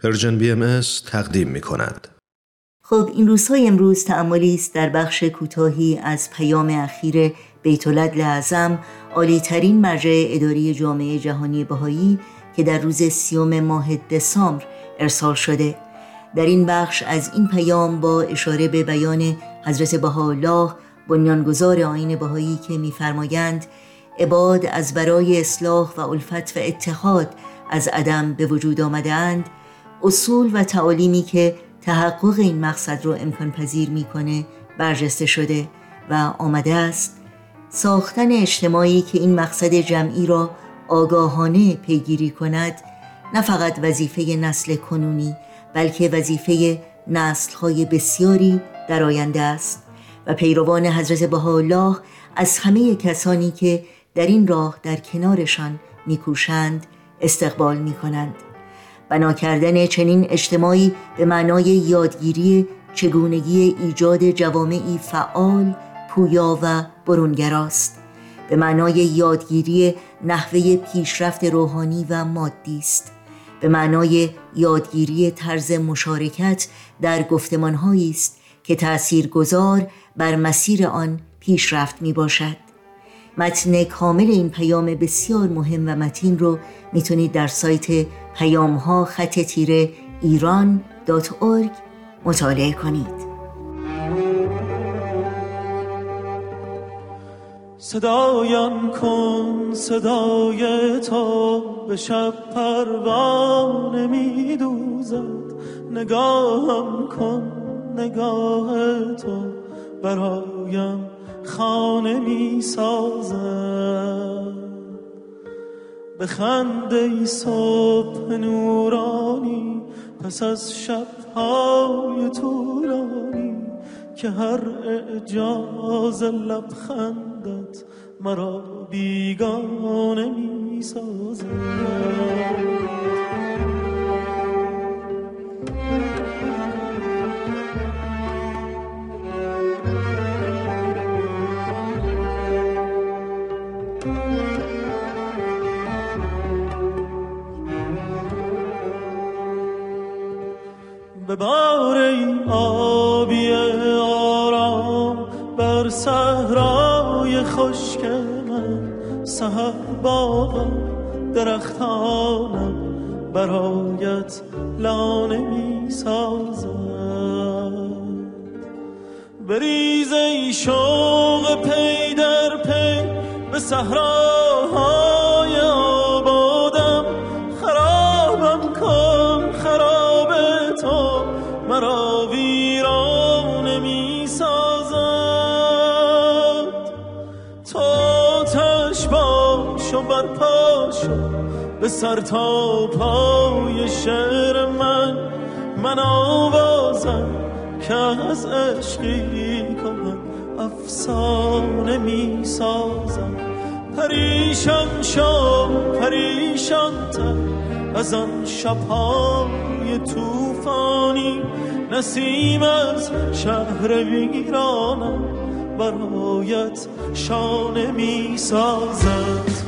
پرژن BMS تقدیم می کند. خب این روزهای امروز تأملی است در بخش کوتاهی از پیام اخیر بیت العدل اعظم، عالی ترین مرجع اداری جامعه جهانی بهایی که در روز 30 ماه دسامبر ارسال شده. در این بخش از این پیام با اشاره به بیان حضرت بهاءالله بنیانگذار آیین بهایی که می‌فرمایند عباد از برای اصلاح و الفت و اتحاد از عدم به وجود آمده‌اند، اصول و تعالیمی که تحقق این مقصد را امکان پذیر می‌کنه برجسته شده و آمده است ساختن اجتماعی که این مقصد جمعی را آگاهانه پیگیری کند نه فقط وظیفه نسل کنونی بلکه وظیفه نسل‌های بسیاری در آینده است و پیروان حضرت بهاءالله از همه کسانی که در این راه در کنارشان می‌کوشند استقبال می‌کنند. بنا کردن چنین اجتماعی به معنای یادگیری چگونگی ایجاد جوامعی فعال، پویا و برونگراست، به معنای یادگیری نحوه پیشرفت روحانی و مادی است، به معنای یادگیری طرز مشارکت در گفتمان‌هایی است که تأثیرگذار بر مسیر آن پیشرفت می باشد. متن کامل این پیام بسیار مهم و متین رو میتونید در سایت پیامها-ایران.org مطالعه کنید. صدایم کن صدای تو به شب پروانه می دوزد، نگاهم کن نگاه تو برایم خانه می سازد. به خنده صبح نورانی پس از شب‌های طولانی که هر اعجاز لبخندت مرا بیگانه می سازد. ببار ای آبی آرام بر صحرای خشک من، سحر باغم درختانم برایت لانه می سازد. بریز ای شوق پی در پی به صحراهای آبادم، خرابم کن خراب تو مرا ویرانه می سازد. تو آتش باش و برپا شو به سر تا پای شعر من آوازم که از عشقی کنم افسانه می سازم. پریشان شو پریشان تر از آن شب‌های طوفانی، نسیم از شهر ویرانم برایت شانه می سازد.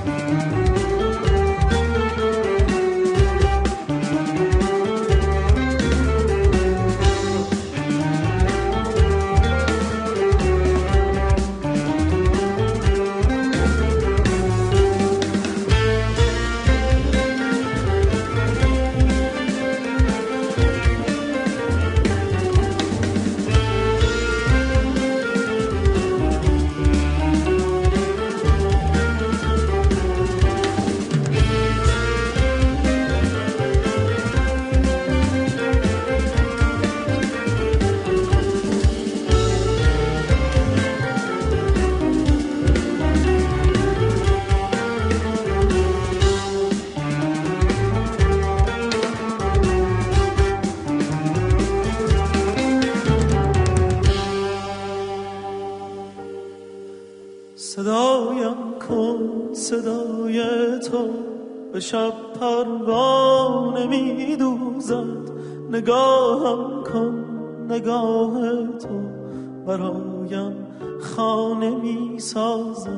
صدایم کن صدای تو به شب پروانه می دوزد، نگاهم کن نگاه تو برایم خانه می سازد.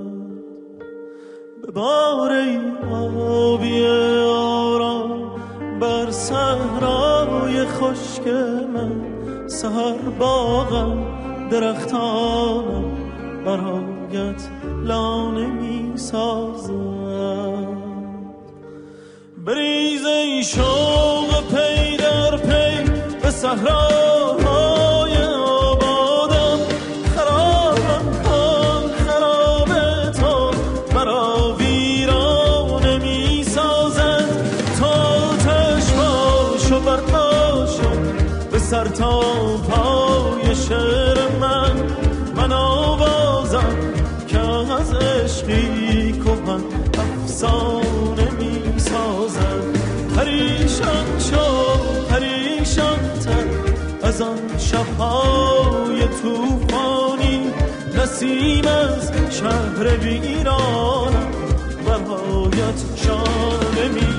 به بار آبی آرام بر صحرای خشک من، سحر باغم درختانم برایت لانه می سازد. بریز ای شوق پی در پی به صحراهای آبادم، خرابم کن خراب تو مرا ویرانه می سازد. تا آتش باش و برق باشم به سر تا پای شعر من آوازم که از عشقی کهن افسانه می سازد. پریشان شو پریشان تر از آن شبهای توفانی، نسیم از شهر ویرانم برایت شانه می